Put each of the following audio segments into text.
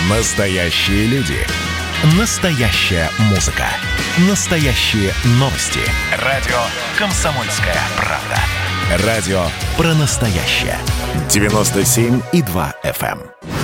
Настоящие люди. Настоящая музыка. Настоящие новости. Радио «Комсомольская правда». Радио про настоящее. 97,2 FM.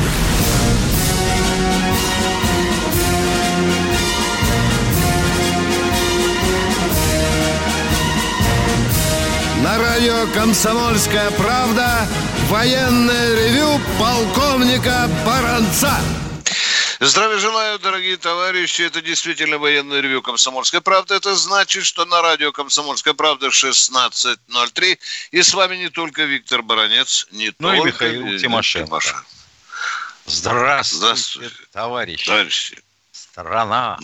На радио «Комсомольская правда» военное ревю полковника Баранца. Здравия желаю, дорогие товарищи. Это действительно военное ревью «Комсомольской правды». Это значит, что на радио «Комсомольская правда» 16:03. И с вами не только Виктор Баранец, не только... и Михаил Тимошенко. Здравствуйте, товарищи. Страна.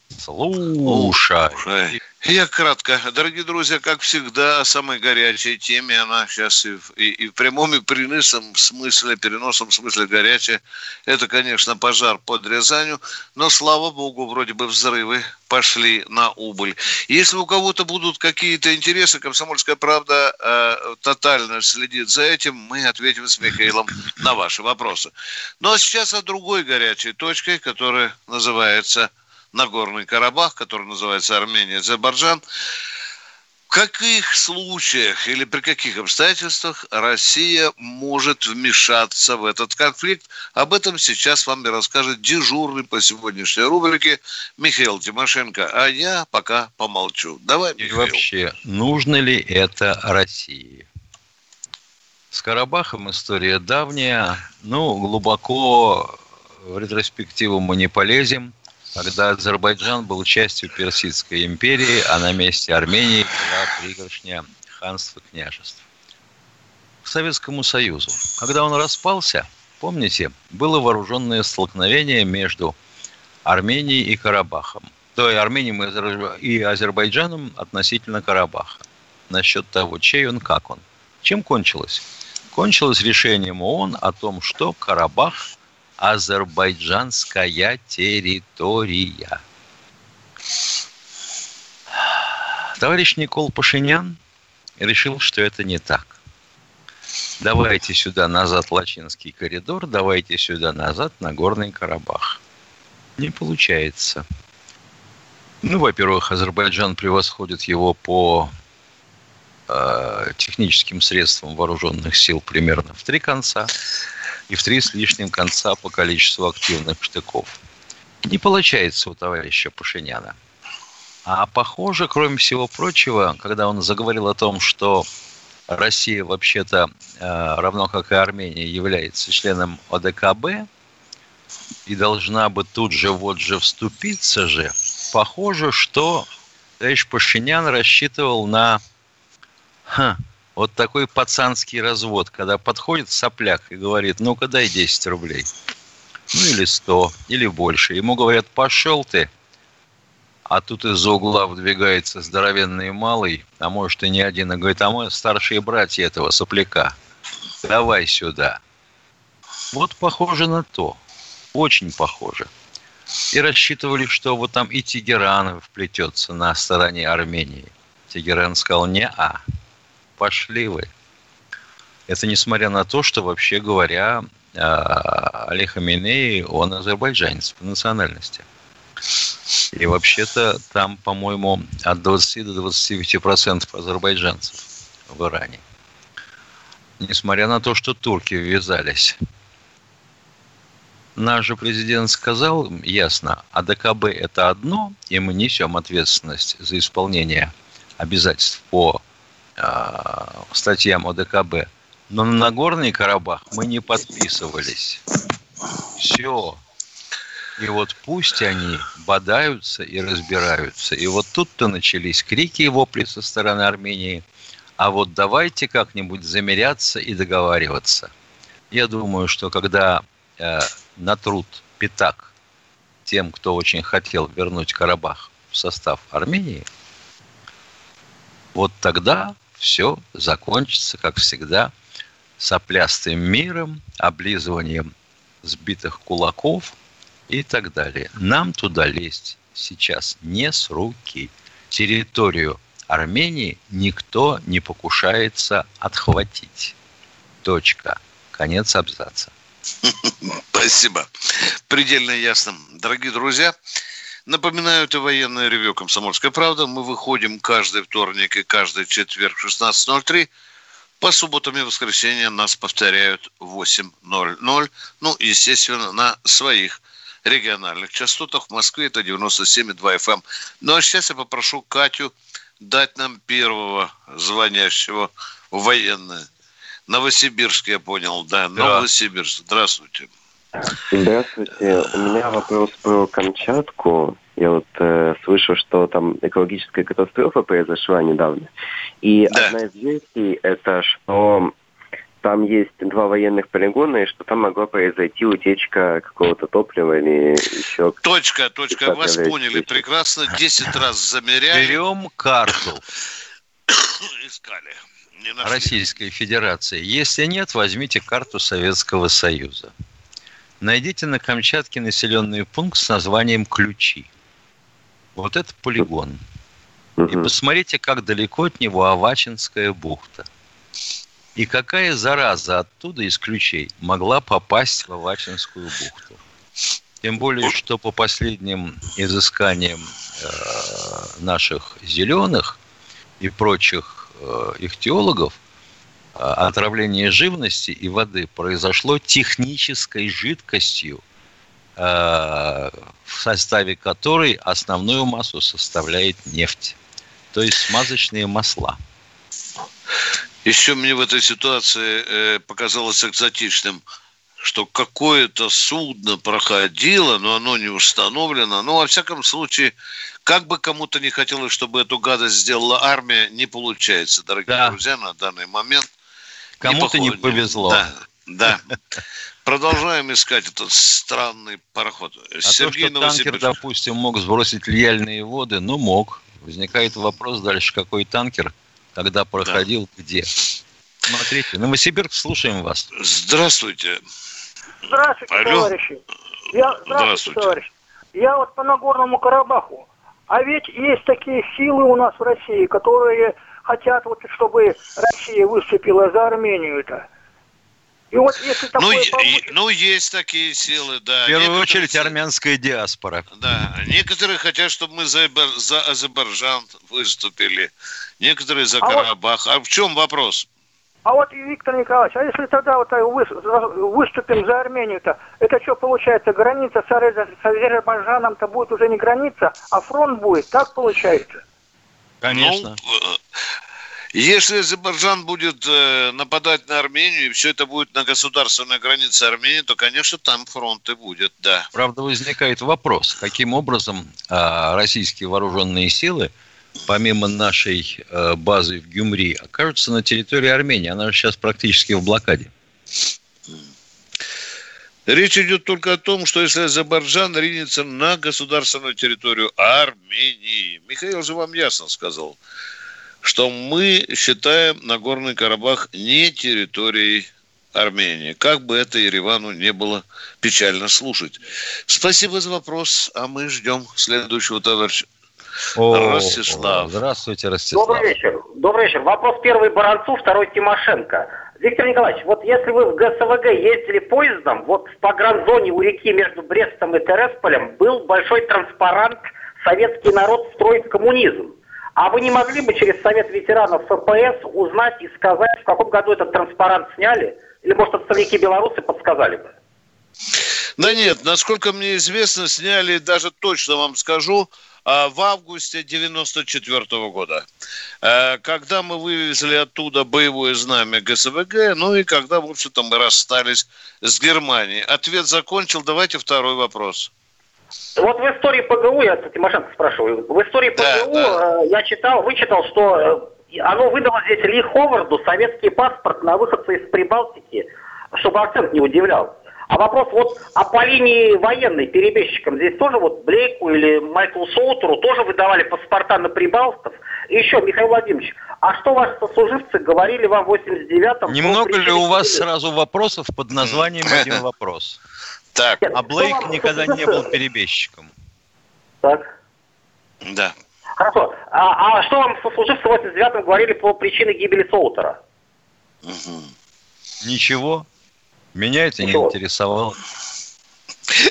Слушай. Я кратко. Дорогие друзья, как всегда, о самой горячей теме. Она сейчас и в прямом, и в переносном смысле горячая. Это, конечно, пожар под Рязанью. Но, слава богу, вроде бы взрывы пошли на убыль. Если у кого-то будут какие-то интересы, «Комсомольская правда» тотально следит за этим. Мы ответим с Михаилом на ваши вопросы. Ну, а сейчас о другой горячей точке, которая называется Нагорный Карабах, который называется Армения, Азербайджан. В каких случаях или при каких обстоятельствах Россия может вмешаться в этот конфликт? Об этом сейчас вам и расскажет дежурный по сегодняшней рубрике Михаил Тимошенко. А я пока помолчу. Давай, Михаил. И вообще, нужно ли это России? С Карабахом история давняя. Глубоко в ретроспективу мы не полезем. Когда Азербайджан был частью Персидской империи, а на месте Армении была пригоршня ханств и княжеств. К Советскому Союзу. Когда он распался, помните, было вооруженное столкновение между Арменией и Карабахом. То есть Арменией и Азербайджаном относительно Карабаха. Насчет того, чей он, как он. Чем кончилось? Кончилось решением ООН о том, что Карабах – азербайджанская территория. Товарищ Никол Пашинян решил, что это не так. Давайте сюда назад Лачинский коридор, давайте сюда назад Нагорный Карабах. Не получается. Во-первых, Азербайджан превосходит его по техническим средствам вооруженных сил примерно в 3 конца. И в 3 с лишним конца по количеству активных штыков. Не получается у товарища Пашиняна. А похоже, кроме всего прочего, когда он заговорил о том, что Россия вообще-то, равно как и Армения, является членом ОДКБ и должна бы тут же вступиться же, похоже, что товарищ Пашинян рассчитывал на... Вот такой пацанский развод, когда подходит сопляк и говорит: ну-ка дай 10 рублей. Или 100, или больше. Ему говорят: пошел ты. А тут из-за угла выдвигается здоровенный малый, а может и не один, и говорит: а мы старшие братья этого сопляка. Давай сюда. Вот похоже на то. Очень похоже. И рассчитывали, что вот там и Тегеран вплетется на стороне Армении. Тегеран сказал: не-а. Пошли вы. Это несмотря на то, что, вообще говоря, Али Хаминей, он азербайджанец по национальности. И вообще-то там, по-моему, от 20 до 25% азербайджанцев в Иране. Несмотря на то, что турки ввязались. Наш же президент сказал ясно: АДКБ – это одно, и мы несем ответственность за исполнение обязательств по статьям ОДКБ. Но на Нагорный Карабах мы не подписывались. Все. И вот пусть они бодаются и разбираются. И вот тут-то начались крики и вопли со стороны Армении. А вот давайте как-нибудь замиряться и договариваться. Я думаю, что когда натрут пятак тем, кто очень хотел вернуть Карабах в состав Армении, вот тогда все закончится, как всегда, соплястым миром, облизыванием сбитых кулаков и так далее. Нам туда лезть сейчас не с руки. Территорию Армении никто не покушается отхватить. Точка. Конец абзаца. Спасибо. предельно ясно. Дорогие друзья, напоминаю, это военное ревью «Комсомольская правда». Мы выходим каждый вторник и каждый четверг в 16:03. По субботам и воскресеньям нас повторяют в 8:00. Ну, естественно, на своих региональных частотах. В Москве это 97,2 FM. Ну, а сейчас я попрошу Катю дать нам первого звонящего в военное. Новосибирск, я понял, да. Новосибирск. Здравствуйте. Здравствуйте. У меня вопрос про Камчатку. Я вот слышал, что там экологическая катастрофа произошла недавно. И одна из версий это, что там есть 2 военных полигона, и что там могла произойти утечка какого-то топлива или еще... Точка. Вас поняли прекрасно. 10 раз замеряем. Берем карту. Искали. Российской Федерации. Если нет, возьмите карту Советского Союза. Найдите на Камчатке населенный пункт с названием Ключи. Вот это полигон. И посмотрите, как далеко от него Авачинская бухта. И какая зараза оттуда из Ключей могла попасть в Авачинскую бухту. Тем более, что по последним изысканиям наших зеленых и прочих ихтиологов, отравление живности и воды произошло технической жидкостью, в составе которой основную массу составляет нефть, то есть смазочные масла. Еще мне в этой ситуации показалось экзотичным, что какое-то судно проходило, но оно не установлено. Но, во всяком случае, как бы кому-то не хотелось, чтобы эту гадость сделала армия, не получается, дорогие друзья, на данный момент. Кому-то не повезло. Да. Продолжаем искать этот странный пароход. Сергей, то, что танкер, допустим, мог сбросить лояльные воды, мог. Возникает вопрос дальше, какой танкер, когда проходил, где. Смотрите, Новосибирск, слушаем вас. Здравствуйте. Здравствуйте, товарищи. Здравствуйте, товарищ. Я вот по Нагорному Карабаху. А ведь есть такие силы у нас в России, которые хотят, чтобы Россия выступила за Армению-то. И вот если такое есть такие силы, да. В первую очередь армянская диаспора. Да, некоторые хотят, чтобы мы за Азербайджан выступили, некоторые за Карабах. А в чем вопрос? А вот, Виктор Николаевич, а если тогда выступим за Армению-то, это что получается, граница с Азербайджаном-то будет уже не граница, а фронт будет, так получается? Конечно. Если Азербайджан будет нападать на Армению, и все это будет на государственной границе Армении, то, конечно, там фронт и будет, да. Правда, возникает вопрос, каким образом российские вооруженные силы, помимо нашей базы в Гюмри, окажутся на территории Армении. Она же сейчас практически в блокаде. Речь идет только о том, что если Азербайджан ринется на государственную территорию Армении, Михаил же вам ясно сказал, что мы считаем Нагорный Карабах не территорией Армении. Как бы это Еревану не было печально слушать. Спасибо за вопрос, а мы ждем следующего товарища. Ростислав. Здравствуйте, Ростислав. Добрый вечер. Вопрос первый Баранцу, второй Тимошенко. Виктор Николаевич, вот если вы в ГСВГ ездили поездом, вот в погранзоне у реки между Брестом и Тересполем был большой транспарант «Советский народ строит коммунизм». А вы не могли бы через Совет ветеранов ФПС узнать и сказать, в каком году этот транспарант сняли? Или, может, представники белорусы подсказали бы? Да нет, насколько мне известно, сняли, даже точно вам скажу, в августе 94 года. Когда мы вывезли оттуда боевое знамя ГСВГ, и когда, в общем-то, мы расстались с Германией. Ответ закончил, давайте второй вопрос. Вот в истории ПГУ, я Тимошенко спрашиваю, в истории ПГУ я вычитал, что оно выдало здесь Ли Ховарду советский паспорт на выходца из Прибалтики, чтобы акцент не удивлял. А вопрос а по линии военной перебежчикам здесь тоже Блейку или Майклу Соутеру тоже выдавали паспорта на прибалтов? И еще, Михаил Владимирович, а что ваши сослуживцы говорили вам в 89-м? Немного ли у вас сразу вопросов под названием «Один вопрос»? Так. А Блейк никогда не был перебежчиком. Так. Да. Хорошо. А что вам сослуживцы в 89-м говорили по причине гибели Соутера? Ничего. Меня это не интересовало.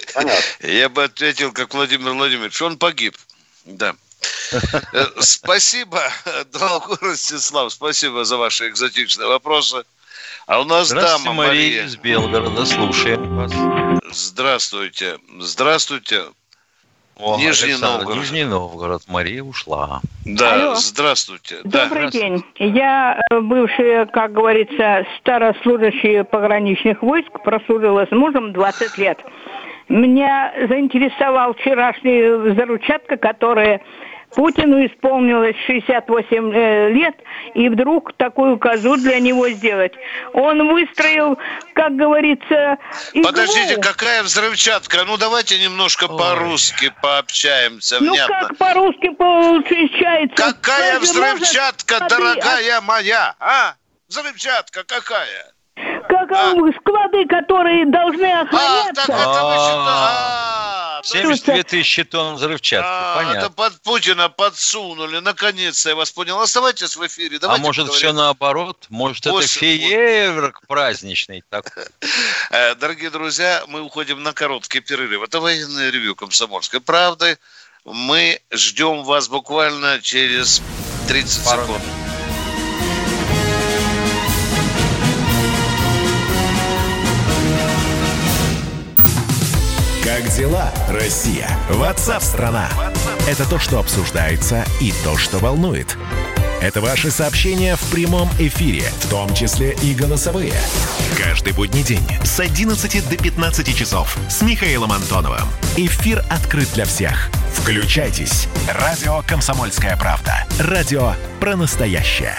Понятно. Я бы ответил, как Владимир Владимирович, он погиб. Да. Спасибо, Долгор Ростислав, спасибо за ваши экзотичные вопросы. А у нас Здравствуйте, дама Мария из Белгорода, слушаем вас. Здравствуйте. Здравствуйте. Нижний Новгород. Нижний Новгород. Мария ушла. Да, Алло. Здравствуйте. Добрый день. Я бывший, как говорится, старослужащий пограничных войск, прослужила с мужем 20 лет. Меня заинтересовал вчерашний взрывчатка, которая Путину исполнилось 68 лет, и вдруг такую козу для него сделать. Он выстроил, как говорится, иглу. Подождите, какая взрывчатка? Ну, давайте немножко по-русски пообщаемся. Ну, внятно. как по-русски получается? Какая Разве взрывчатка, можно дорогая моя? А? Взрывчатка какая? Склады, которые должны охраняться. Так это вы считаете? 72 тысячи тонн взрывчатки, понятно. Это под Путина подсунули. Наконец-то я вас понял. Оставайтесь в эфире. Давайте может, поговорим. все наоборот? Может, это фейерверк праздничный такой? Дорогие друзья, мы уходим на короткий перерыв. Это военное ревью «Комсомольской правды». Мы ждем вас буквально через 30 секунд. Как дела, Россия? WhatsApp-страна! Это то, что обсуждается и то, что волнует. Это ваши сообщения в прямом эфире, в том числе и голосовые. Каждый будний день с 11 до 15 часов с Михаилом Антоновым. Эфир открыт для всех. Включайтесь. Радио «Комсомольская правда». Радио про настоящее.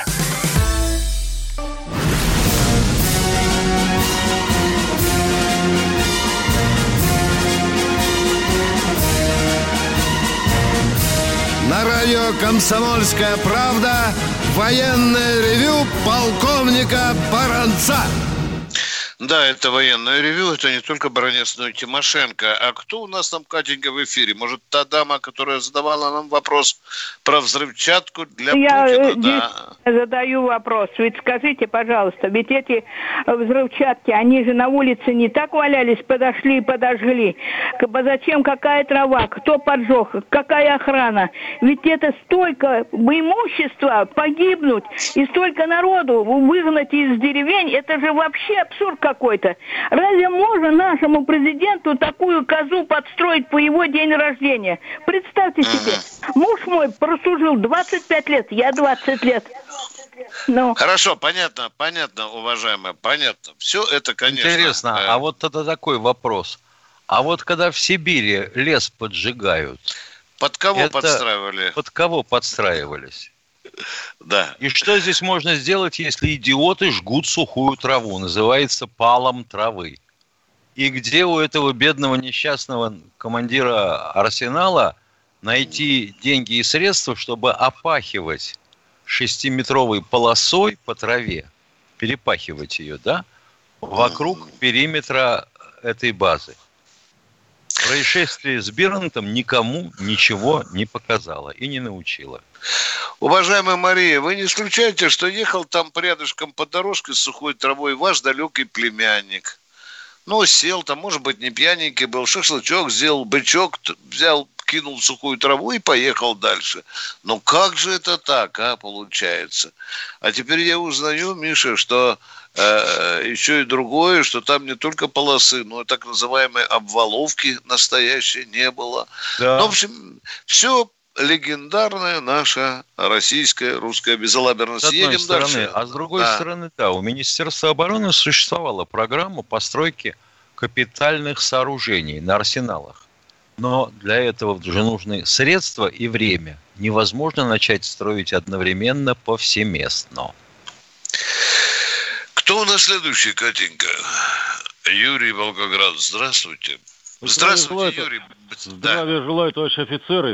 На радио «Комсомольская правда» военное ревю полковника Баранца. Да, это военное ревю, это не только баронец, но и Тимошенко. А кто у нас там, Катенька, в эфире? Может, та дама, которая задавала нам вопрос про взрывчатку для Путина? Я задаю вопрос. Ведь скажите, пожалуйста, ведь эти взрывчатки, они же на улице не так валялись, подошли и подожгли. Зачем какая трава, кто поджег, какая охрана? Ведь это столько имущества погибнуть и столько народу выгнать из деревень, это же вообще абсурд какой-то. Разве можно нашему президенту такую козу подстроить по его день рождения? Представьте себе, муж мой прослужил 25 лет, я 20 лет. Ну. Хорошо, понятно, уважаемая, понятно. Все это, конечно... Интересно, а вот тогда такой вопрос. А вот когда в Сибири лес поджигают... Под кого подстраивали? Под кого подстраивались? Да. И что здесь можно сделать, если идиоты жгут сухую траву? Называется палом травы. И где у этого бедного несчастного командира арсенала найти деньги и средства, чтобы опахивать 6-метровой полосой по траве, перепахивать ее, да, вокруг периметра этой базы? Происшествие с Бирнтом никому ничего не показало и не научило. Уважаемая Мария, вы не исключаете, что ехал там рядышком по дорожке с сухой травой ваш далекий племянник? Ну, сел там, может быть, не пьяненький был, шашлычок сделал, бычок взял, кинул сухую траву и поехал дальше. Но как же это так, получается? А теперь я узнаю, Миша, что еще и другое, что там не только полосы, но и так называемой обваловки настоящей не было. Да. Ну, в общем, все легендарная наша российская, русская безалаберность. С одной Едем стороны, дальше. А с другой стороны, да, у Министерства обороны существовала программа постройки капитальных сооружений на арсеналах. Но для этого же нужны средства и время. Невозможно начать строить одновременно повсеместно. Кто у нас следующий, Катенька? Юрий, Волгоград. Здравствуйте. Здравствуйте, Юрий. Здравия желаю, товарищи офицеры.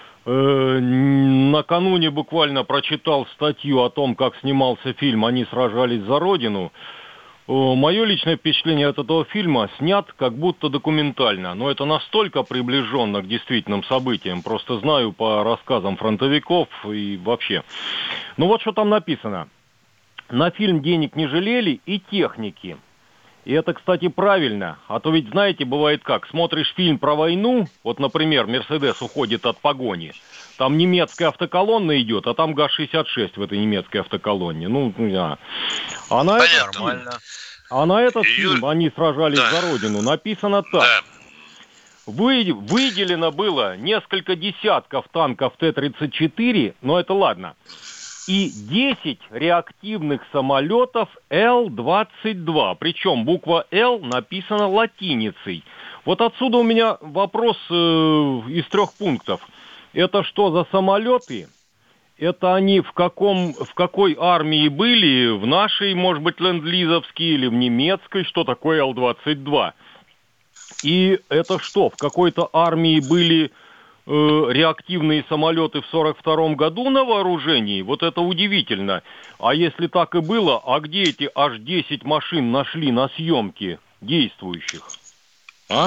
Накануне буквально прочитал статью о том, как снимался фильм «Они сражались за Родину». Мое личное впечатление от этого фильма: снят как будто документально, но это настолько приближенно к действительным событиям, просто знаю по рассказам фронтовиков и вообще. Ну вот что там написано. На фильм денег не жалели и техники. И это, кстати, правильно. А то ведь, знаете, бывает как. Смотришь фильм про войну, вот, например, «Мерседес» уходит от погони. Там немецкая автоколонна идет, а там ГАЗ-66 в этой немецкой автоколонне. А на этот фильм «Они сражались за Родину» написано так. Да. Выделено было несколько десятков танков Т-34, но это ладно. И 10 реактивных самолетов Л-22. Причем буква «Л» написана латиницей. Вот отсюда у меня вопрос из 3 пунктов. Это что за самолеты? Это они в какой армии были? В нашей, может быть, ленд-лизовской или в немецкой? Что такое Л-22? И это что, в какой-то армии были реактивные самолеты в 1942 году на вооружении? Вот это удивительно. А если так и было, а где эти аж 10 машин нашли на съемке действующих? А?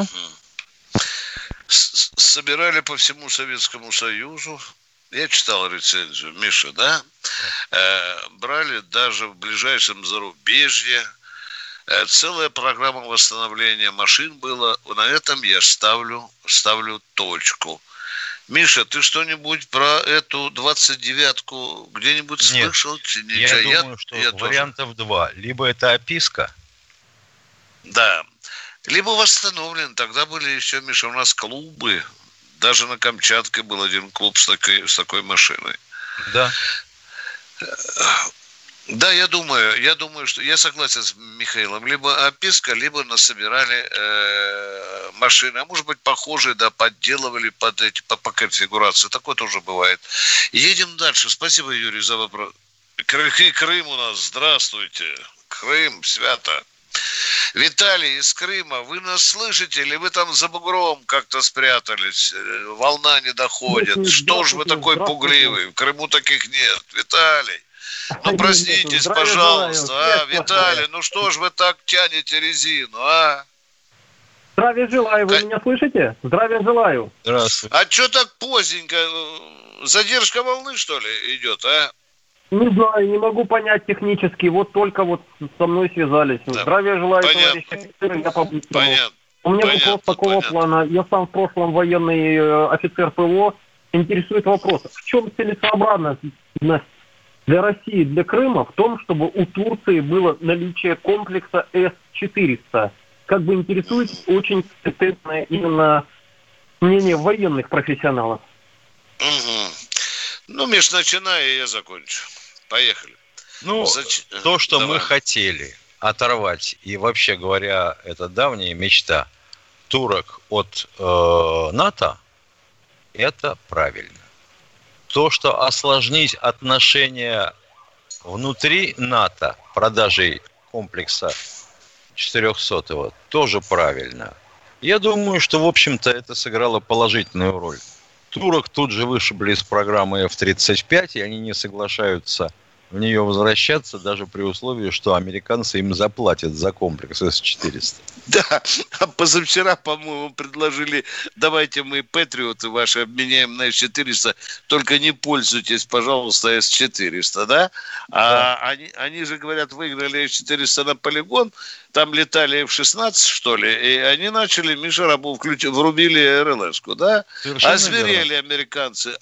Собирали по всему Советскому Союзу. Я читал рецензию, Миша, да? Брали даже в ближайшем зарубежье. Целая программа восстановления машин была. На этом я ставлю точку. Миша, ты что-нибудь про эту 29-ку где-нибудь слышал? Нет, я думаю, что вариантов тоже. 2. Либо это описка. Да. Либо восстановлен. Тогда были еще, Миша, у нас клубы. Даже на Камчатке был один клуб с такой машиной. Да. Да, я думаю, что я согласен с Михаилом. Либо описка, либо насобирали машины, а может быть похожие, да, подделывали по конфигурации. Такое тоже бывает. Едем дальше. Спасибо, Юрий, за вопрос. Крым у нас, здравствуйте. Крым, свято. Виталий из Крыма, вы нас слышите или вы там за бугром как-то спрятались? Волна не доходит. Что ж вы такой пугливый? В Крыму таких нет. Виталий. Ну, проснитесь, пожалуйста, Виталий, ну что ж вы так тянете резину, а? Здравия желаю, вы меня слышите? Здравия желаю. Здравствуйте. А что так поздненько? Задержка волны, что ли, идет, а? Не знаю, не могу понять технически, вот только вот со мной связались. Да. Здравия желаю, товарищи офицеры, я по-быстрому. У меня вопрос такого плана. Я сам в прошлом военный офицер ПВО. Интересует вопрос, в чем целесообразность для России, для Крыма в том, чтобы у Турции было наличие комплекса С-400. Как бы интересует очень компетентное именно мнение военных профессионалов. Угу. Ну, Миш, начинай, и я закончу. Поехали. То, что мы хотели оторвать, и вообще говоря, это давняя мечта турок от НАТО, это правильно. То, что осложнить отношения внутри НАТО продажей комплекса 400-го, тоже правильно. Я думаю, что, в общем-то, это сыграло положительную роль. Турок тут же вышибли из программы F-35, и они не соглашаются в нее возвращаться, даже при условии, что американцы им заплатят за комплекс С-400. Да, а позавчера, по-моему, предложили, давайте мы Патриоты ваши обменяем на С-400, только не пользуйтесь, пожалуйста, С-400, да? А они же, говорят, выиграли С-400 на полигон, там летали F-16, что ли, и они начали, Миша, врубили РЛС-ку, да? Озверели американцы.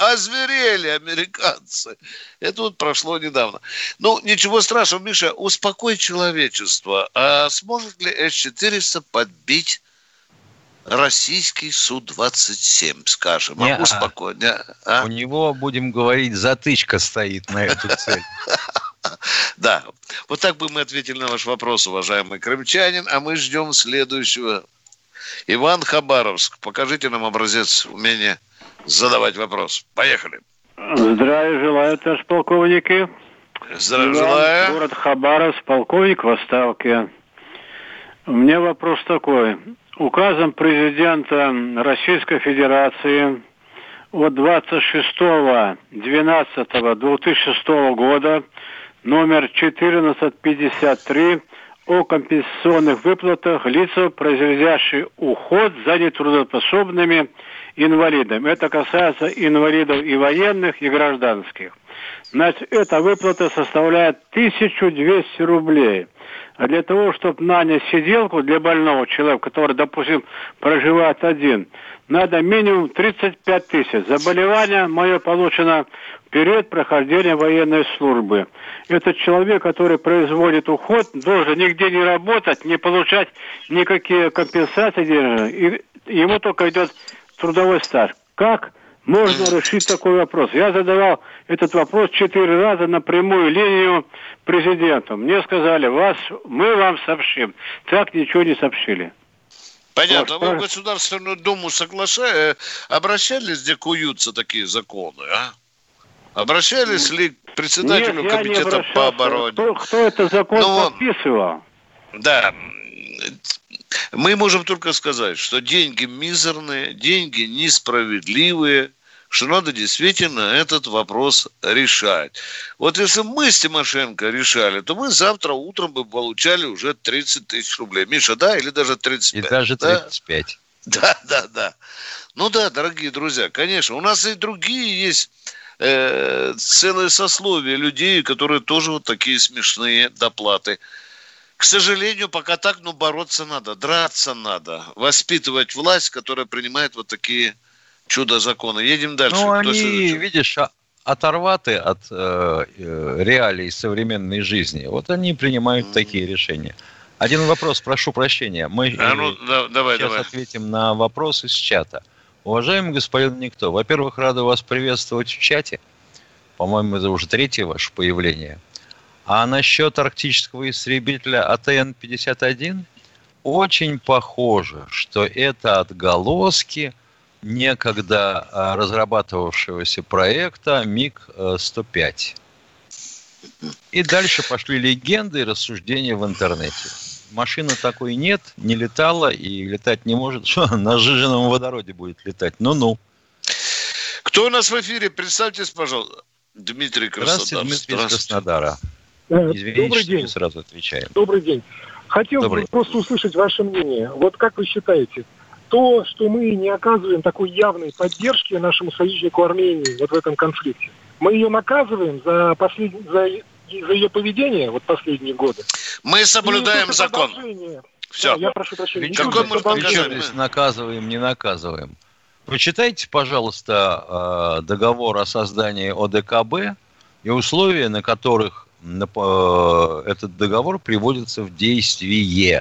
Это вот прошло недавно. Ну, ничего страшного, Миша, успокой человечество. А сможет ли С-400 подбить российский Су-27, скажем? Успокой. У него, будем говорить, затычка стоит на эту цель. Да, вот так бы мы ответили на ваш вопрос, уважаемый крымчанин, а мы ждем следующего. Иван, Хабаровск, покажите нам образец умения задавать вопрос. Поехали. Здравия желаю, товарищ полковники. Здравия желаю. Город Хабаровск, полковник в отставке. У меня вопрос такой. Указом президента Российской Федерации от 26.12.2006 года номер 1453 о компенсационных выплатах лицам, производящим уход за нетрудоспособными инвалидами. Это касается инвалидов и военных, и гражданских. Значит, эта выплата составляет 1200 рублей. А для того, чтобы нанять сиделку для больного человека, который, допустим, проживает один, надо минимум 35 тысяч. Заболевание мое получено в период прохождения военной службы. Этот человек, который производит уход, должен нигде не работать, не получать никакие компенсации, и ему только идет трудовой стаж. Как можно решить такой вопрос? Я задавал этот вопрос 4 раза на прямую линию президенту. Мне сказали, мы вам сообщим. Так ничего не сообщили. Понятно. Вы в Государственную Думу обращались, где куются такие законы, а? Обращались ли к председателю комитета по обороне? Кто это закон подписывал? Да. Мы можем только сказать, что деньги мизерные, деньги несправедливые, что надо действительно этот вопрос решать. Вот если мы с Тимошенко решали, то мы завтра утром бы получали уже 30 тысяч рублей. Миша, да? Или даже 35? И даже 35. Да. Ну да, дорогие друзья, конечно. У нас и другие есть целое сословие людей, которые тоже вот такие смешные доплаты. К сожалению, пока так, бороться надо, драться надо, воспитывать власть, которая принимает вот такие чудо-законы. Едем дальше. Они, видишь, оторваты от реалий современной жизни. Вот они принимают такие решения. Один вопрос, прошу прощения. Мы давай. Ответим на вопрос из чата. Уважаемый господин Никто, во-первых, рада вас приветствовать в чате. По-моему, это уже 3-е ваше появление. А насчет арктического истребителя АТН-51 очень похоже, что это отголоски некогда разрабатывавшегося проекта МиГ-105. И дальше пошли легенды и рассуждения в интернете. Машины такой нет, не летала и летать не может. Что, на сжиженном водороде будет летать? Ну-ну. Кто у нас в эфире? Представьтесь, пожалуйста. Дмитрий Краснодар. Здравствуйте, Дмитрий из Краснодара. Извините, добрый день. Сразу отвечаем. Добрый день. Хотел бы просто услышать ваше мнение. Вот как вы считаете, то, что мы не оказываем такой явной поддержки нашему союзнику Армении вот в этом конфликте, мы ее наказываем за ее поведение вот последние годы? Мы соблюдаем закон. Все. Да, я прошу прощения. Наказываем, не наказываем. Прочитайте, пожалуйста, договор о создании ОДКБ и условия, на которых этот договор приводится в действие.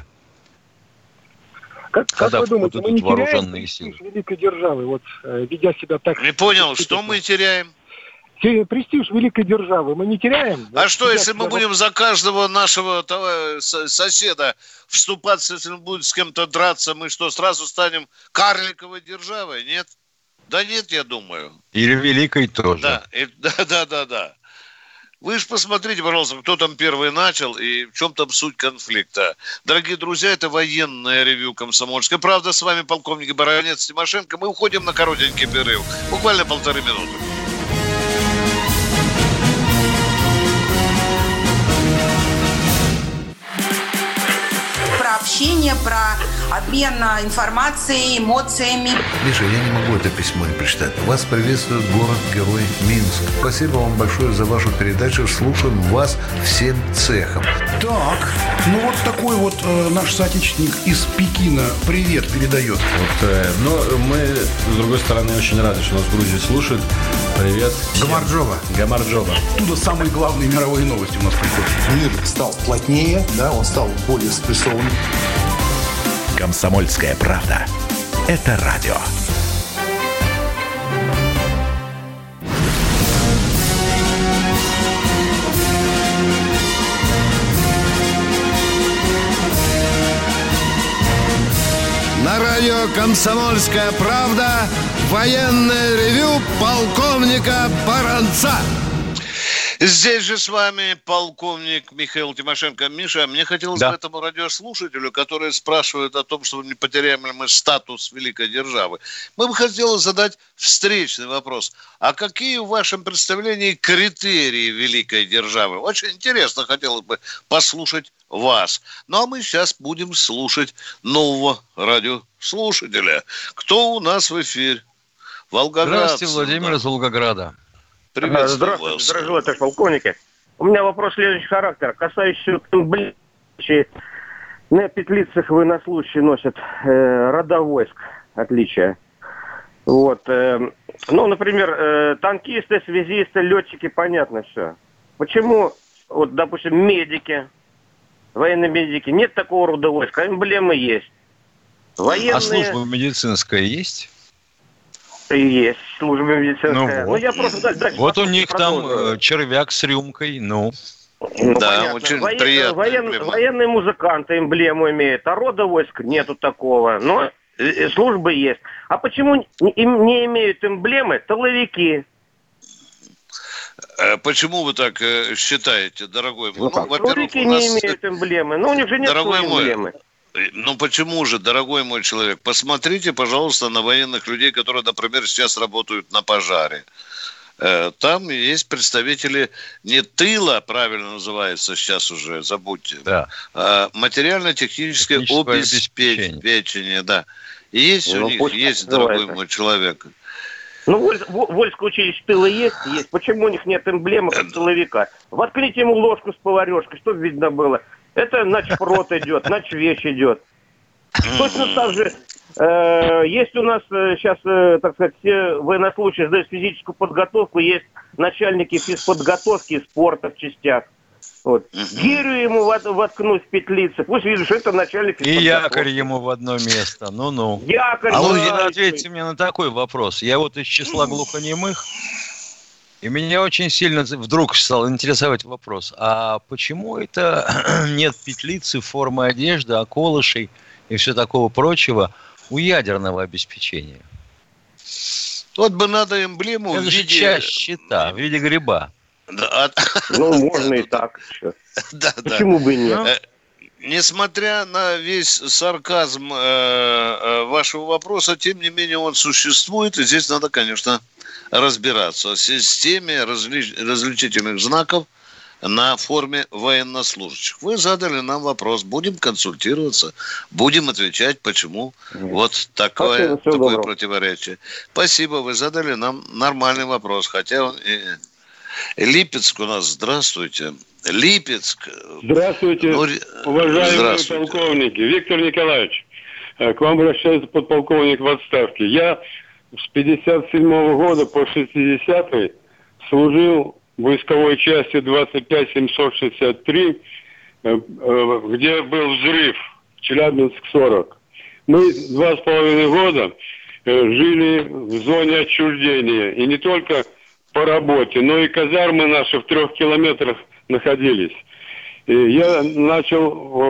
Как вы думаете, мы не теряем престиж великой державы, вот ведя себя так? Не понял, что мы теряем? Престиж великой державы мы не теряем? А что, если мы будем за каждого нашего соседа вступаться, если он будет с кем-то драться, мы что, сразу станем карликовой державой? Нет? Да нет, я думаю. Или великой тоже. Да. Вы же посмотрите, пожалуйста, кто там первый начал и в чем там суть конфликта. Дорогие друзья, это военное ревью «Комсомольской правды». С вами полковник Баранец, Тимошенко. Мы уходим на коротенький перерыв. Буквально 1,5 минуты. Про общение, про обмен информацией, эмоциями. Миша, я не могу это письмо не прочитать. Вас приветствует город-герой Минск. Спасибо вам большое за вашу передачу. Слушаем вас всем цехом. Так, вот такой вот наш соотечественник из Пекина привет передает. Но мы, с другой стороны, очень рады, что нас в Грузии слушают. Привет. Гамарджоба. Оттуда самые главные мировые новости у нас приходят. Мир стал плотнее, да, он стал более спрессованным. «Комсомольская правда». Это радио. На радио «Комсомольская правда» военное ревю полковника Баранца. Здесь же с вами полковник Михаил Тимошенко. Миша, мне хотелось бы этому радиослушателю, который спрашивает о том, что не потеряем ли мы статус великой державы, мы бы хотели задать встречный вопрос. А какие в вашем представлении критерии великой державы? Очень интересно хотелось бы послушать вас. Ну, а мы сейчас будем слушать нового радиослушателя. Кто у нас в эфире? Волгоград. Здравствуйте, Владимир из Волгограда. Приветствую здравствуйте, дорогой товарищ полковник. У меня вопрос следующего характера, касающийся На петлицах военнослужащие носят рода войск, отличия. Вот. Ну, например, танкисты, связисты, летчики, понятно все. Почему, вот, допустим, медики, военные медики, нет такого рода войск, а эмблемы есть. Военные... А служба медицинская есть? Есть служба медицинская. Ну, я просто дальше вот у них продолжу. Там червяк с рюмкой, ну да, понятно. Очень приятно. Военные музыканты эмблему имеют, а рода войск нету такого. Но службы есть. А почему не имеют эмблемы тыловики? Почему вы так считаете, дорогой мой? Тыловики не имеют эмблемы. Ну, у них же нет эмблемы. Ну почему же, дорогой мой человек? Посмотрите, пожалуйста, на военных людей, которые, например, сейчас работают на пожаре. Там есть представители не тыла, правильно называется сейчас уже, забудьте, да. Материально-техническое обеспечение, да. И есть у них, есть, дорогой мой человек. Ну, Вольское училище тыла есть. Почему у них нет эмблемы как тыловика? Воткните ему ложку с поварешкой, чтобы видно было. Это начпрот идет, начвещ идет. Точно так же есть у нас сейчас, так сказать, все военнослужащие сдают физическую подготовку, есть начальники физподготовки и спорта в частях. Вот. Гирю ему воткнуть в петлицы, пусть видишь, что это начальник физподготовки. И якорь ему в одно место, ну-ну. Якорь. А вы ответьте мне на такой вопрос. Я вот из числа глухонемых, и меня очень сильно вдруг стал интересовать вопрос, а почему это нет петлицы, формы одежды, околышей и все такого прочего у ядерного обеспечения? Вот бы надо эмблему это в виде... часть щита, в виде гриба. Да. Ну, можно и так. Почему бы и нет? Несмотря на весь сарказм вашего вопроса, тем не менее он существует, и здесь надо, конечно, разбираться в системе различительных знаков на форме военнослужащих. Вы задали нам вопрос, будем консультироваться, будем отвечать, почему вот такое противоречие. Спасибо, вы задали нам нормальный вопрос, хотя он... Липецк у нас, здравствуйте. Липецк. Здравствуйте, уважаемые полковники. Виктор Николаевич, к вам обращается подполковник в отставке. Я с 57 года по 60-й служил в войсковой части 25763, где был взрыв, Челябинск-40. Мы 2,5 года жили в зоне отчуждения. И не только по работе, но и казармы наши в 3 километрах находились. И я начал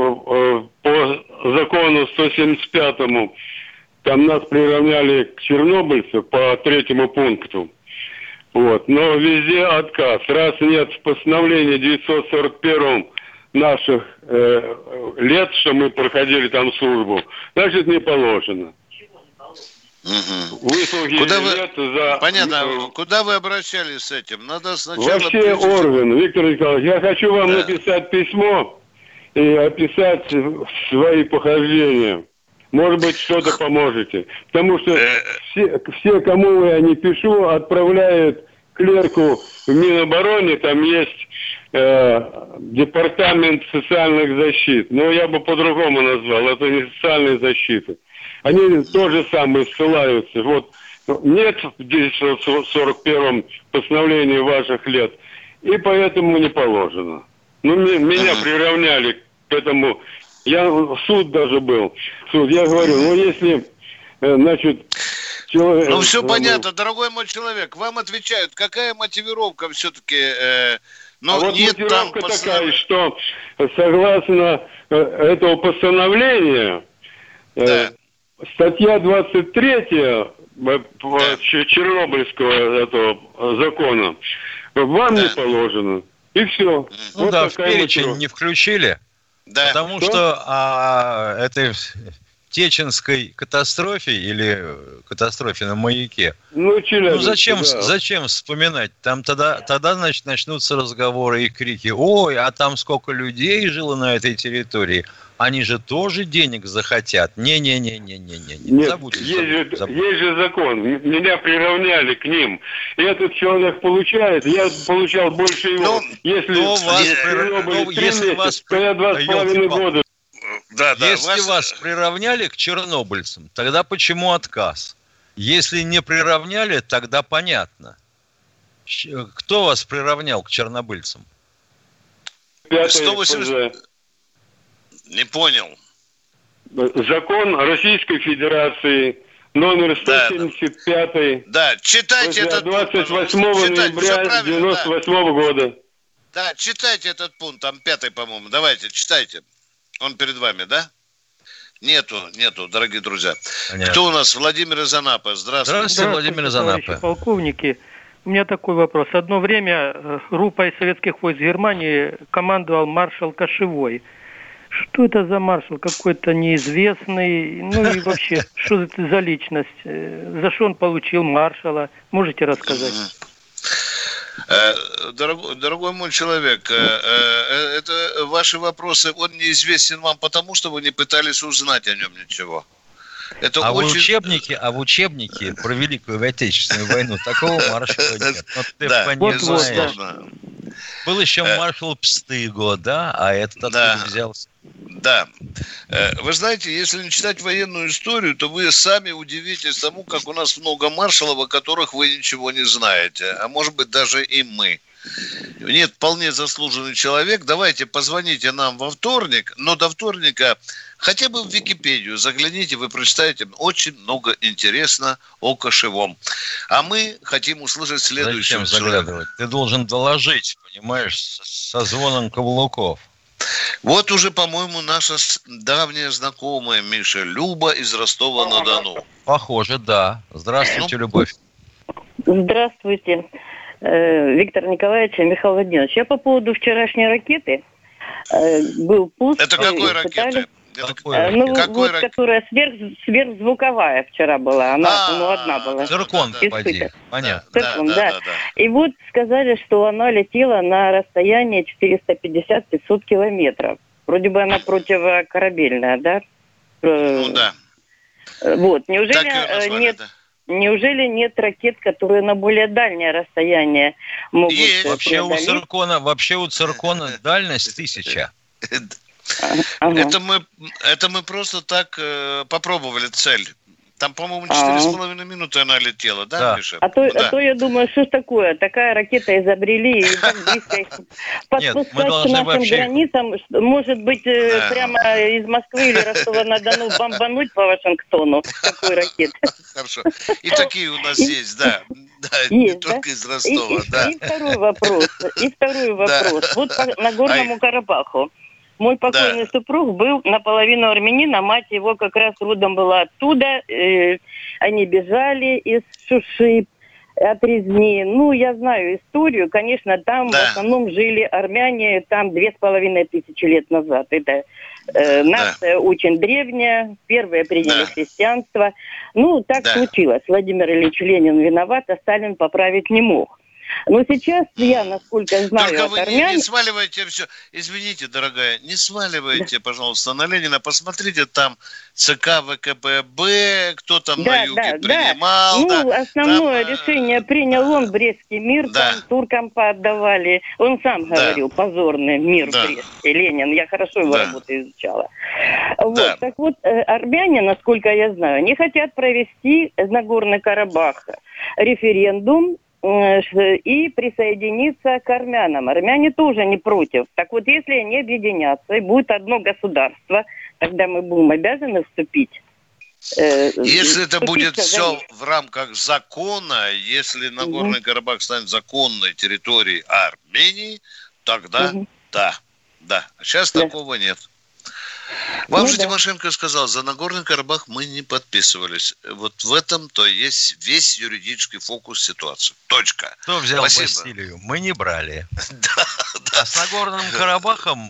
по закону 175-му, там нас приравняли к чернобыльцу по 3-му пункту. Вот. Но везде отказ. Раз нет в постановлении 941 наших лет, что мы проходили там службу, значит не положено. Выслуги Понятно. Куда вы обращались с этим? Надо сначала... Во все органы, Виктор Николаевич. Я хочу вам написать письмо и описать свои похождения. Может быть, что-то поможете. Потому что все, кому я не пишу, отправляют клерку в Минобороне. Там есть департамент социальных защит. Но я бы по-другому назвал. Это не социальные защиты. Они тоже самое ссылаются. Вот нет в 941 постановлении ваших лет, и поэтому не положено. Ну, меня приравняли к этому. Я в суд даже был. Суд. Я говорю, ну если, значит... Человек, ну, все понятно, дорогой мой человек. Вам отвечают, какая мотивировка все-таки... Но вот нет мотивировка там такая, что согласно этого постановления... Статья 23 Чернобыльского этого закона вам не положено. И все. Ну вот да, в перечень не включили. Да. Потому что этой Теченской катастрофе или катастрофе на маяке. Ну зачем вспоминать? Там тогда значит, начнутся разговоры и крики. Ой, а там сколько людей жило на этой территории. А они же тоже денег захотят. Не-не-не. Нет, Забудьте. Есть же закон. Меня приравняли к ним. И этот человек получает, я получал больше его. Если то я 2,5 года. Если вас приравняли к чернобыльцам, тогда почему отказ? Если не приравняли, тогда понятно. Кто вас приравнял к чернобыльцам? 180... Не понял. Закон Российской Федерации, номер 175. Да, читайте этот 28 ноября 1998 года. Да, читайте этот пункт, там 5-й, по-моему. Давайте, читайте. Он перед вами, да? Нету, дорогие друзья. Понятно. Кто у нас? Владимир из Анапы. Здравствуйте, Владимир из Анапы. Полковники, у меня такой вопрос. Одно время группой советских войск Германии командовал маршал Кошевой. Что это за маршал? Какой-то неизвестный. Ну и вообще, что это за личность? За что он получил маршала? Можете рассказать? Дорогой мой человек, это ваши вопросы, он неизвестен вам потому, что вы не пытались узнать о нем ничего. Это в учебнике про Великую Отечественную войну такого маршала нет. Да, безусловно. Был еще маршал Пстыго, да? А этот откуда взялся? Да. Вы знаете, если не читать военную историю, то вы сами удивитесь тому, как у нас много маршалов, о которых вы ничего не знаете. А может быть, даже и мы. Нет, вполне заслуженный человек. Давайте позвоните нам во вторник, но до вторника хотя бы в Википедию загляните, вы прочитаете очень много интересно о Кошевом. А мы хотим услышать следующего. Зачем заглядывать? Ты должен доложить, понимаешь, со звоном каблуков. Вот уже, по-моему, наша давняя знакомая Миша Люба из Ростова-на-Дону. Похоже, да. Здравствуйте, Любовь. Здравствуйте, Виктор Николаевич и Михаил Владимирович. Я по поводу вчерашней ракеты. Был пуск. Это какой ракеты? Которая сверхзвуковая вчера была. Она одна была. Циркон, понятно. Циркон, да. И вот сказали, что она летела на расстояние 450-500 километров. Вроде бы она противокорабельная, да? Ну да. Вот. Неужели нет ракет, которые на более дальнее расстояние могут преодолеть? Вообще у циркона дальность 1000. Это мы просто так попробовали цель. Там, по-моему, 4,5 минуты она летела, да, Миша? А то я думаю, что ж такое? Такая ракета изобрели, и так близко их подпускать к нашим границам. Может быть, прямо из Москвы или Ростова-на-Дону бомбануть по Вашингтону такой ракетой. Хорошо. И такие у нас есть, да. Не только из Ростова, да. И второй вопрос. Вот по Нагорному Карабаху. Мой покойный супруг был наполовину армянин, а мать его как раз родом была оттуда. Они бежали из Шуши от резни. Ну, я знаю историю. Конечно, там в основном жили армяне, там 2500 лет назад. Это нация очень древняя, первые приняли христианство. Ну, так случилось. Владимир Ильич Ленин виноват, а Сталин поправить не мог. Но сейчас я, насколько знаю, только вы не сваливайте все. Извините, дорогая, не сваливайте, пожалуйста, на Ленина. Посмотрите, там ЦК ВКПБ, кто там на юге принимал. Ну, основное решение принял он, Брестский мир, там туркам поотдавали. Он сам говорил, позорный мир в Бресте, Ленин. Я хорошо его работу изучала. Вот, так вот, армяне, насколько я знаю, не хотят провести Нагорный Карабах референдум и присоединиться к армянам. Армяне тоже не против. Так вот, если они объединятся и будет одно государство, тогда мы будем обязаны вступить. Если это будет все в рамках закона, если Нагорный Карабах станет законной территорией Армении, тогда да. Сейчас такого нет. Вам же Тимошенко сказал, за Нагорный Карабах мы не подписывались. Вот в этом-то есть весь юридический фокус ситуации. Точка. Кто взял Бастилию? Мы не брали. А с Нагорным Карабахом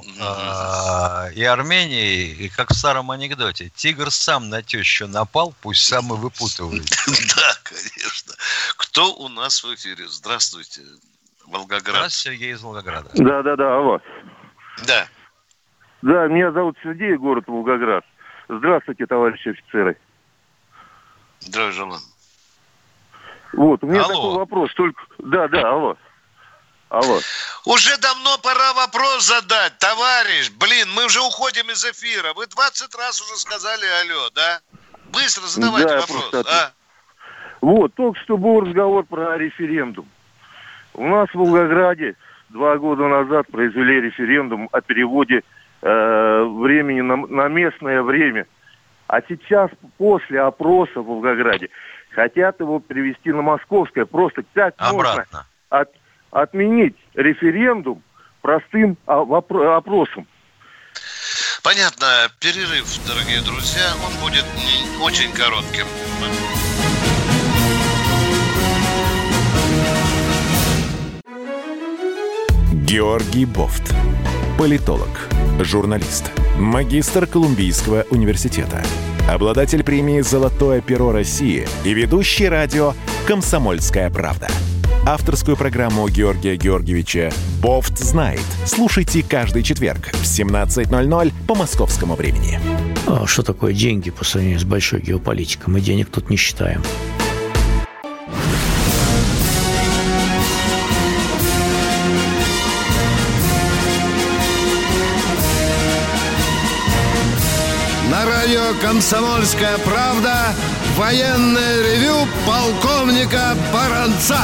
и Арменией, и как в старом анекдоте, тигр сам на тещу напал, пусть сам и выпутывает. Да, конечно. Кто у нас в эфире? Здравствуйте, Волгоград. Здравствуйте, Сергей из Волгограда. Да, алло. Да. Да, меня зовут Сергей, город Волгоград. Здравствуйте, товарищи офицеры. Здравия желаю. Вот, у меня такой вопрос, только... Да, алло. Уже давно пора вопрос задать, товарищ. Блин, мы уже уходим из эфира. Вы 20 раз уже сказали алло, да? Быстро задавайте вопрос. Вот, только что был разговор про референдум. У нас в Волгограде 2 года назад произвели референдум о переводе времени на местное время. А сейчас, после опроса в Волгограде, хотят его перевести на московское. Просто как обратно можно отменить референдум простым опросом? Понятно. Перерыв, дорогие друзья. Он будет очень коротким. Георгий Бофт. Политолог, журналист, магистр Колумбийского университета, обладатель премии «Золотое перо России» и ведущий радио «Комсомольская правда». Авторскую программу Георгия Георгиевича «Бофт знает». Слушайте каждый четверг в 17:00 по московскому времени. Что такое деньги по сравнению с большой геополитикой? Мы денег тут не считаем. На радио «Комсомольская правда» военное ревю полковника Баранца.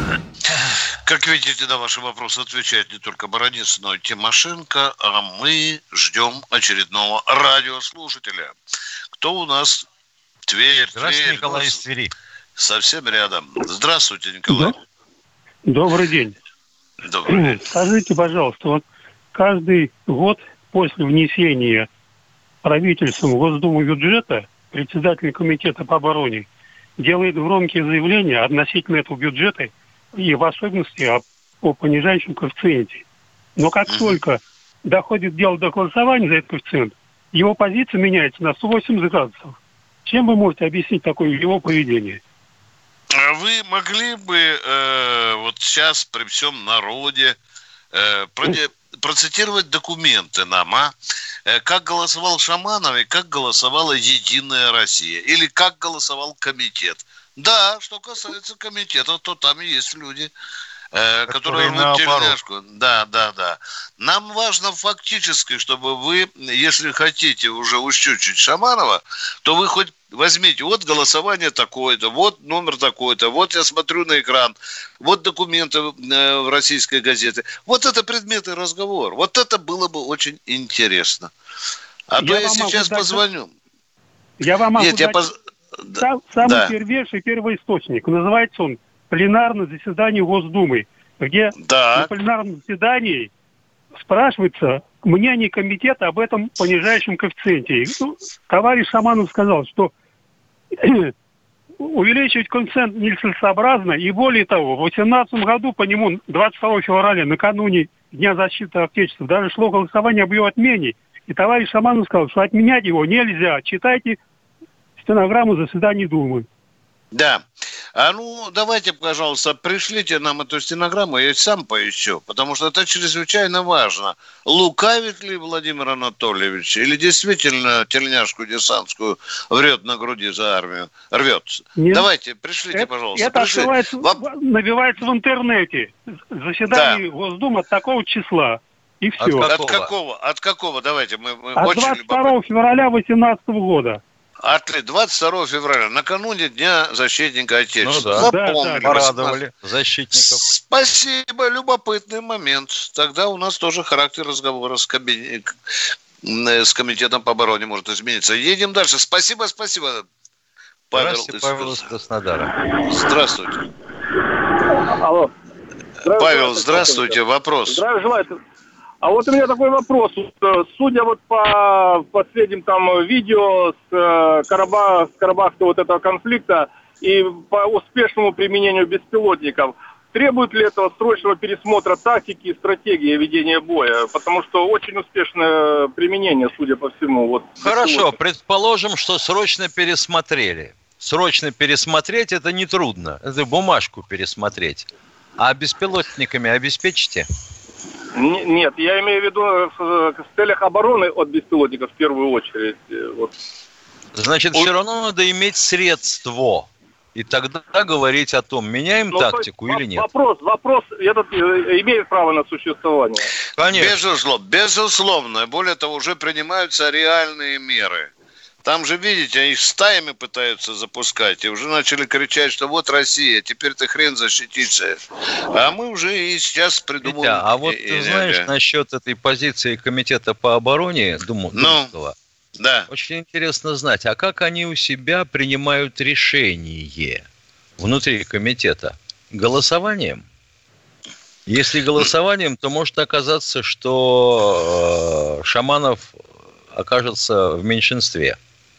Как видите, на ваши вопросы отвечает не только Баранец, но и Тимошенко, а мы ждем очередного радиослушателя. Кто у нас? Тверь. Здравствуйте, Николай из Твери. Совсем рядом. Здравствуйте, Николай. Добрый день. Добрый день. Скажите, пожалуйста, вот каждый год после внесения правительством в Госдуму бюджета председатель комитета по обороне делает громкие заявления относительно этого бюджета и в особенности о понижающем коэффициенте. Но как только доходит дело до голосования за этот коэффициент, его позиция меняется на 180 градусов. Чем вы можете объяснить такое его поведение? Вы могли бы вот сейчас при всем народе процитировать документы нам, как голосовал Шаманов и как голосовала «Единая Россия», или как голосовал комитет. Да, что касается комитета, то там и есть люди, которые рвут тельняшку. Да. Нам важно фактически, чтобы вы, если хотите уже ущучить Шаманова, то вы хоть возьмите, вот голосование такое-то, вот номер такой-то, вот я смотрю на экран, вот документы в российской газете. Вот это предметный разговор. Вот это было бы очень интересно. А то я сейчас позвоню. Я вам могу самый первейший первоисточник. Называется он «Пленарное заседание Госдумы», где на пленарном заседании спрашивается мнение комитета об этом понижающем коэффициенте. Товарищ Шаманов сказал, что увеличивать коэффициент нецелесообразно, и более того, в 2018 году по нему 22 февраля, накануне Дня защиты Отечества, даже шло голосование об его отмене. И товарищ Шаманов сказал, что отменять его нельзя. Читайте стенограмму заседания Думы. Да. Давайте, пожалуйста, пришлите нам эту стенограмму, я сам поищу, потому что это чрезвычайно важно. Лукавит ли Владимир Анатольевич, или действительно тельняшку десантскую врет на груди за армию? Рвет. Нет. Давайте, пришлите, пожалуйста. Это набивается в интернете. Заседание Госдумы от такого числа. И все. От какого? Давайте. От 22 февраля 2018 года. 22 февраля, накануне Дня защитника Отечества. Запомнили. Порадовали защитников. Спасибо, любопытный момент. Тогда у нас тоже характер разговора с комитетом по обороне может измениться. Едем дальше. Спасибо. Павел из Краснодара. Здравствуйте. Алло. Павел, здравствуйте. Вопрос. Здравия желаю. А вот у меня такой вопрос. Судя вот по последним там видео с карабахского вот этого конфликта и по успешному применению беспилотников, требует ли этого срочного пересмотра тактики и стратегии ведения боя? Потому что очень успешное применение, судя по всему. Вот, хорошо, предположим, что срочно пересмотрели. Срочно пересмотреть это нетрудно. Это бумажку пересмотреть. А беспилотниками обеспечите? Нет, я имею в виду в целях обороны от беспилотников в первую очередь. Вот. Значит, все равно надо иметь средство. И тогда говорить о том, меняем тактику или нет. Вопрос этот имеет право на существование. Конечно. Безусловно. Более того, уже принимаются реальные меры. Там же, видите, они стаями пытаются запускать. И уже начали кричать, что вот Россия, теперь ты хрен защитишься. А мы уже и сейчас придумываем. А вот ты знаешь, насчет этой позиции Комитета по обороне Думского, да. Очень интересно знать, а как они у себя принимают решение внутри комитета? Голосованием? Если голосованием, то может оказаться, что Шаманов окажется в меньшинстве.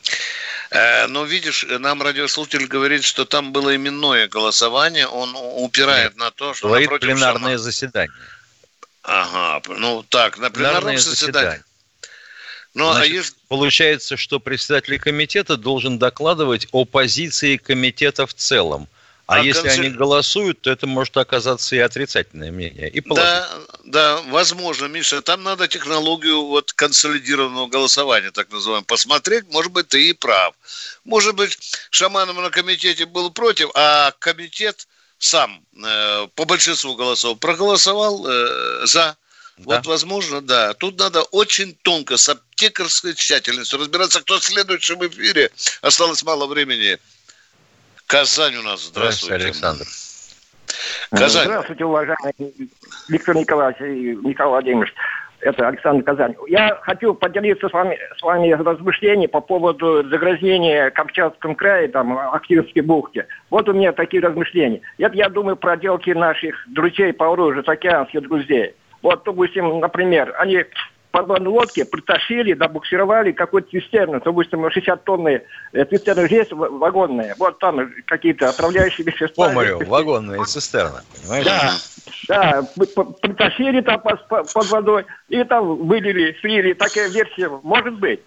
Ну, видишь, нам радиослушатель говорит, что там было именное голосование. Он упирает на то, что напротив пленарное заседание. Ага, ну так, на пленарном заседании. Ну, значит, получается, что председатель комитета должен докладывать о позиции комитета в целом. А если они голосуют, то это может оказаться и отрицательное мнение, и положительное. Да, возможно, Миша. Там надо технологию вот консолидированного голосования, так называемого, посмотреть. Может быть, ты и прав. Может быть, Шаманов на комитете был против, а комитет сам по большинству голосов проголосовал за. Да. Вот, возможно, да. Тут надо очень тонко, с аптекарской тщательностью разбираться, кто в следующем эфире. Осталось мало времени. Казань у нас. Здравствуйте, Александр. Казань. Здравствуйте, уважаемый Виктор Николаевич и Михаил Владимирович. Это Александр, Казань. Я хочу поделиться с вами размышлением по поводу загрязнения в Камчатском крае, там, Охтирской бухте. Вот у меня такие размышления. Это, я думаю, проделки наших друзей по оружию, океанских друзей. Вот, допустим, например, они подводные лодки притащили, добуксировали какую-то цистерну, допустим, 60-тонные цистерны есть вагонные. Вот там какие-то отравляющие вещества. По морю, вагонные цистерны, понимаешь? Да, притащили там под водой и там вылили, слили. Такая версия может быть.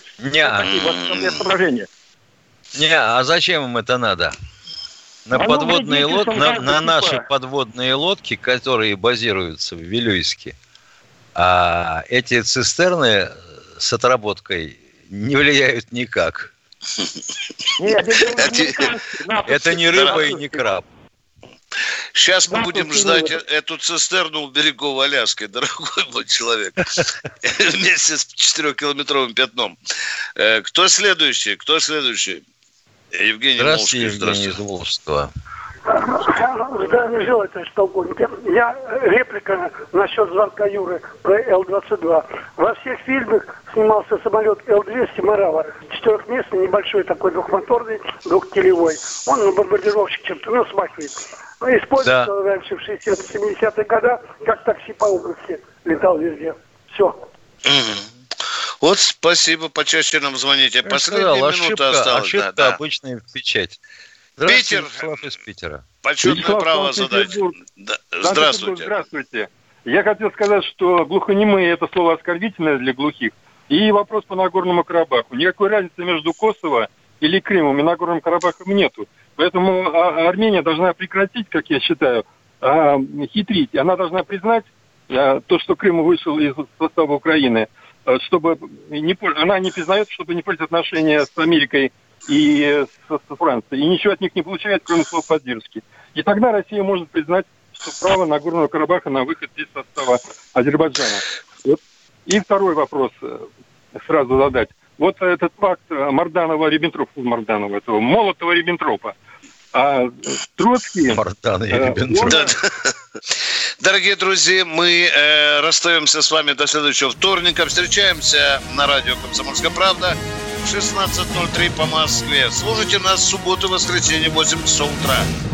А зачем им это надо? На подводные лодки, на наши подводные лодки, которые базируются в Вилюйске, эти цистерны с отработкой не влияют никак. Это не рыба и не краб. Сейчас мы будем ждать эту цистерну у берегов Аляски, дорогой мой человек, вместе с 4-километровым пятном. Кто следующий? Евгений Волжский. Евгений из Волжского. Здравия товарищ полковник. Я реплика насчет звонка Юры про Л-22. Во всех фильмах снимался самолет Л-200 «Морава». 4-местный, небольшой такой, двухмоторный, двухтелевой. Он на бомбардировщик чем-то, смахивает. Использовался раньше в 60-70-е годы, как такси по области. Летал везде. Все. Вот спасибо, почаще нам звоните. Последняя минута осталась. Ошибка обычная в печать. Питер. Из Питера. Почетное право задать. Здравствуйте. Здравствуйте. Я хотел сказать, что глухонемые – это слово оскорбительное для глухих. И вопрос по Нагорному Карабаху. Никакой разницы между Косово или Крымом и Нагорным Карабахом нету. Поэтому Армения должна прекратить, как я считаю, хитрить. Она должна признать то, что Крым вышел из состава Украины, чтобы она не признает, чтобы не портить отношения с Америкой и с Францией. И ничего от них не получает, кроме слов поддержки. И тогда Россия может признать, что право Нагорного Карабаха на выход из состава Азербайджана. Вот. И второй вопрос сразу задать. Вот этот факт Молотова-Риббентропа, этого Молотова-Риббентропа. А Троцкий... Дорогие друзья, мы расстаемся с вами до следующего вторника. Встречаемся на радио «Комсомольская правда» в 16:03 по Москве. Слушайте нас в субботу и воскресенье в 8 часов утра.